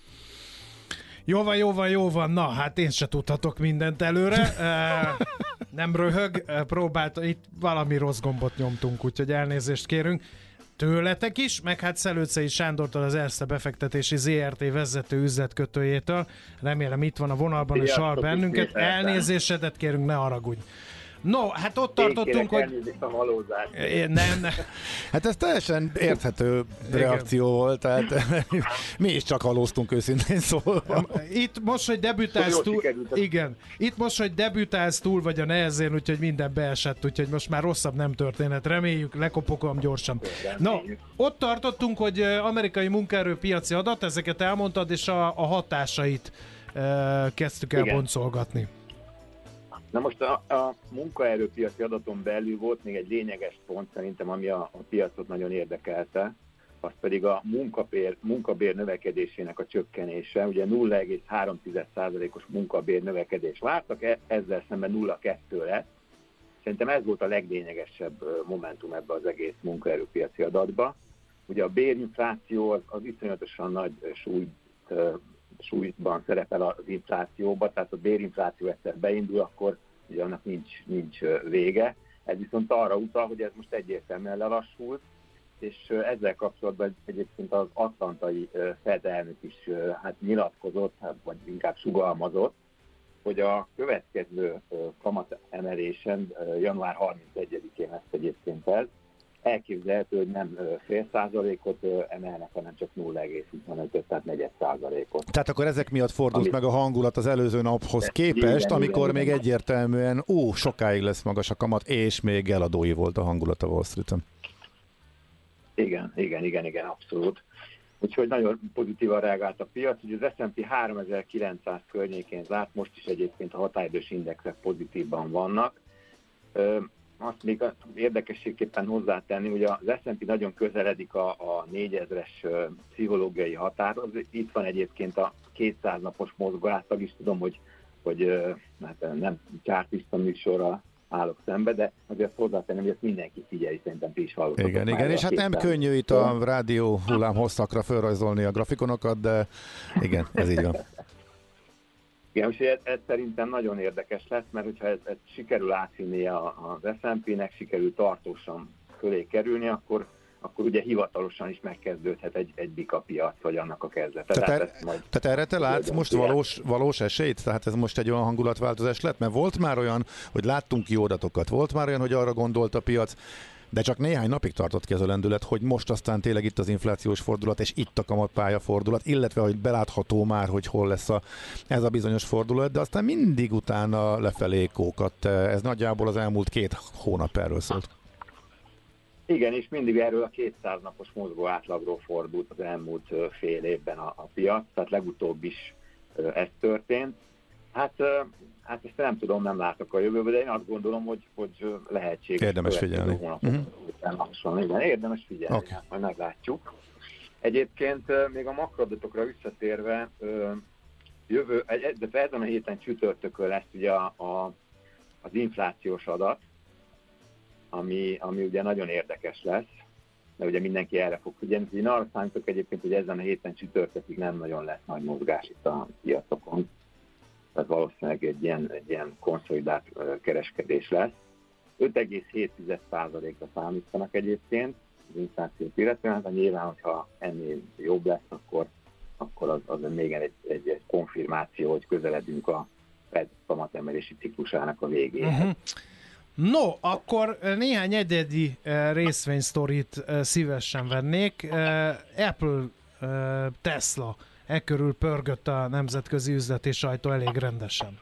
Jó van. Na, hát én se tudhatok mindent előre. Nem röhög, itt valami rossz gombot nyomtunk, úgyhogy elnézést kérünk tőletek is, meg hát Szelőczei Sándortól, az Erste befektetési ZRT vezető üzletkötőjétől. Remélem itt van a vonalban és hall bennünket. Elnézésedet kérünk, ne haragudj. No, hát ott tartottunk, hogy... Nem. Hát ez teljesen érthető reakció volt, tehát mi is csak halóztunk őszintén szólva. Itt most, hogy debütálsz túl... Igen. Itt most, hogy debütálsz túl vagy a nehezén, úgyhogy minden beesett, úgyhogy most már rosszabb nem történhet. Reméljük, lekopogom gyorsan. No, ott tartottunk, hogy amerikai munkaerőpiaci adat, ezeket elmondtad, és a hatásait kezdtük el boncolgatni. Na most a munkaerőpiaci adaton belül volt még egy lényeges pont szerintem, ami a piacot nagyon érdekelte, az pedig a munkabér növekedésének a csökkenése. Ugye 0,3%-os munkabér növekedés vártak, ezzel szemben 0,2 lett. Szerintem ez volt a leglényegesebb momentum ebbe az egész munkaerőpiaci adatba. Ugye a bérinfláció az iszonyatosan nagy súlyban szerepel az inflációba, tehát a bérinfláció egyszer beindul, akkor ugye annak nincs vége. Ez viszont arra utal, hogy ez most egyértelműen lelassult, és ezzel kapcsolatban egyébként az atlantai Fed elnök is nyilatkozott, vagy inkább sugalmazott, hogy a következő kamat emelésen január 31-én lesz egyébként ez. Elképzelhető, hogy nem fél százalékot emelnek, hanem csak 0,25-öt, tehát 4%-ot. Tehát akkor ezek miatt fordult meg a hangulat az előző naphoz képest, igen, amikor még egyértelműen sokáig lesz magas a kamat, és még eladói volt a hangulat a Wall Street-en. Igen, abszolút. Úgyhogy nagyon pozitívan reagált a piac, hogy az S&P 3900 környékén zárt, most is egyébként a határidős indexek pozitívban vannak. Azt még érdekességképpen hozzátenni, hogy az S&P nagyon közeledik a 4000-es pszichológiai határhoz. Itt van egyébként a 200 napos mozgóátlag is, tudom, hogy nem csártista műsorral állok szembe, de azért hozzátenni, hogy ezt mindenki figyeli, szerintem ti is hallottatok. Igen, és hát nem könnyű itt a rádió hullám hosszakra felrajzolni a grafikonokat, de igen, ez így van. Igen, és ez szerintem nagyon érdekes lesz, mert hogyha ez sikerül átvinni az S&P-nek, sikerül tartósan fölé kerülni, akkor ugye hivatalosan is megkezdődhet egy bika piac, vagy annak a kezdete. Tehát erre te látsz most valós esélyt? Tehát ez most egy olyan hangulatváltozás lett? Mert volt már olyan, hogy láttunk jó adatokat, volt már olyan, hogy arra gondolt a piac, de csak néhány napig tartott ki ez a lendület, hogy most aztán tényleg itt az inflációs fordulat, és itt a kamatpálya fordulat, illetve hogy belátható már, hogy hol lesz ez a bizonyos fordulat, de aztán mindig utána lefelé kókat. Ez nagyjából az elmúlt 2 hónap erről szólt. Igen, és mindig erről a 200 napos mozgó átlagról fordult az elmúlt fél évben a piac, tehát legutóbb is ez történt. Hát ezt nem tudom, nem látok a jövőben, de én azt gondolom, hogy lehetséges. Érdemes figyelni. Igen, érdemes figyelni, okay. Majd meglátjuk. Egyébként még a makroadatokra visszatérve, ezen a héten csütörtökön lesz ugye a az inflációs adat, ami ugye nagyon érdekes lesz, mert ugye mindenki erre fog figyelni. Én arra számítok egyébként, hogy ezen a héten csütörtökig nem nagyon lesz nagy mozgás itt a piacokon. Tehát valószínűleg egy ilyen konszolidált kereskedés lesz. 5,7%-ra számítanak egyébként az inflációt illetően, hát nyilván, hogyha ennél jobb lesz, akkor az még egy konfirmáció, hogy közeledünk a Fed kamatemelési ciklusának a végéhez. Uh-huh. No, akkor néhány egyedi részvénysztorit szívesen vennék. Apple, Tesla, körül pörgött a nemzetközi üzleti sajtó elég rendesen.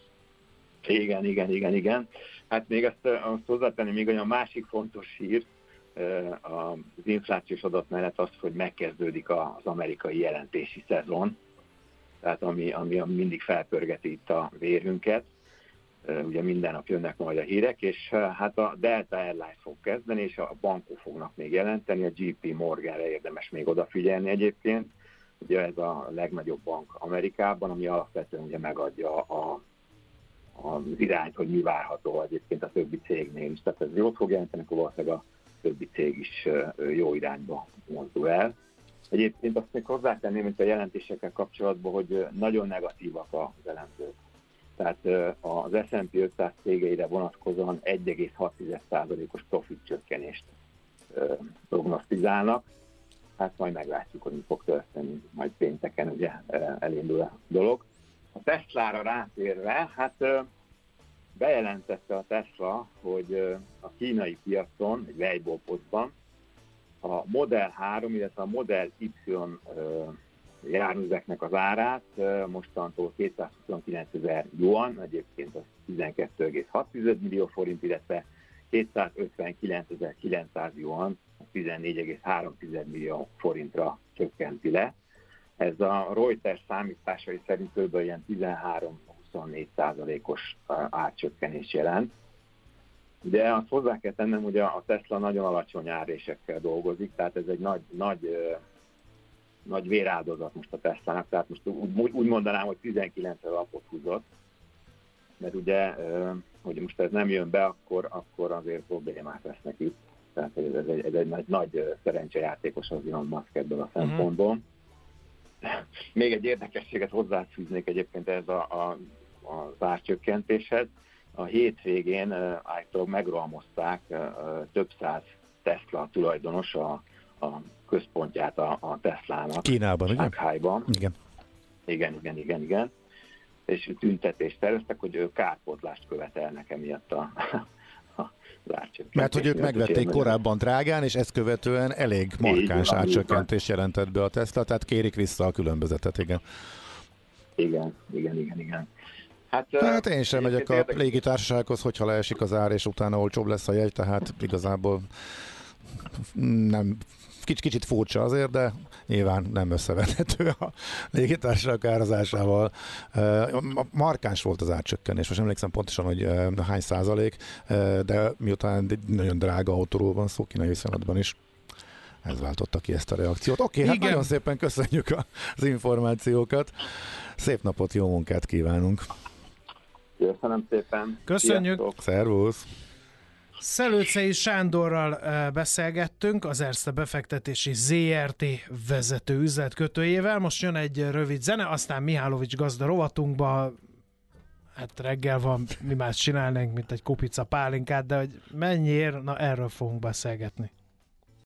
Igen. Hát még azt hozzátenni, még olyan másik fontos hír az inflációs adat mellett az, hogy megkezdődik az amerikai jelentési szezon, tehát ami mindig felpörgeti itt a vérünket. Ugye minden nap jönnek majd a hírek, és hát a Delta Airlines fog kezdeni, és a bankok fognak még jelenteni, a JP Morganre érdemes még odafigyelni egyébként. Ugye ez a legnagyobb bank Amerikában, ami alapvetően ugye megadja az irányt, hogy mi várható egyébként a többi cégnél is. Tehát ez jót fog jelenteni, akkor valószínűleg a többi cég is jó irányba mozdul el. Egyébként azt még hozzátenném, mint a jelentésekkel kapcsolatban, hogy nagyon negatívak az elemzők. Tehát az S&P 500 cégeire vonatkozóan 1,6%-os profit csökkenést prognosztizálnak. Hát majd meglátjuk, hogy mi fog történni, majd pénteken ugye elindul a dolog. A Teslára rátérve, hát bejelentette a Tesla, hogy a kínai piacon, egy Weibo posztban a Model 3, illetve a Model Y járműveknek az árát mostantól 229 000 yuan, egyébként az 12,6 millió forint, illetve 259 900 yuan, 14,3 millió forintra csökkenti le. Ez a Reuters számításai szerint kb. Ilyen 13-24%-os árcsökkenés jelent. De azt hozzá kell tennem, hogy a Tesla nagyon alacsony árésekkel dolgozik, tehát ez egy nagy véráldozat most a Teslának, tehát most úgy mondanám, hogy 19 lapot húzott, mert ugye, hogy most ez nem jön be, akkor azért problémák lesznek itt. Tehát ez egy nagy szerencsejátékos az Elon Musk ebből a szempontból. Még egy érdekességet hozzáfűznék egyébként ez az árcsökkentéshez. A hétvégén állítólag megrohamozták több száz Tesla tulajdonos a központját a Teslának. Kínában, ugye? Shanghaiban. Igen. És tüntetést terveztek, hogy ők kárpótlást követelnek emiatt az árcsökkentés. Mert hogy ők megvették korábban drágán, és ezt követően elég markáns árcsökkentés jelentett be a Tesla, tehát kérik vissza a különbözetet, igen. Igen. Hát én sem megyek a légitársasághoz, hogyha leesik az ár, és utána olcsóbb lesz a jegy, tehát igazából nem, kicsit furcsa azért, de nyilván nem összevethető a légitársaság árazásával. Markáns volt az árcsökkenés, most emlékszem pontosan, hogy hány százalék, de miután egy nagyon drága autóról van szó, kínai viszonylatban is, ez váltotta ki ezt a reakciót. Oké, hát nagyon szépen köszönjük az információkat. Szép napot, jó munkát kívánunk! Köszönöm szépen! Köszönjük! Sziasztok. Szervusz! Szelőcei Sándorral beszélgettünk, az Erste befektetési ZRT vezető üzletkötőjével. Most jön egy rövid zene, aztán Mihálovics gazda rovatunkba, hát reggel van, mi más csinálnánk, mint egy kupica pálinkát, de hogy mennyiért, na erről fogunk beszélgetni.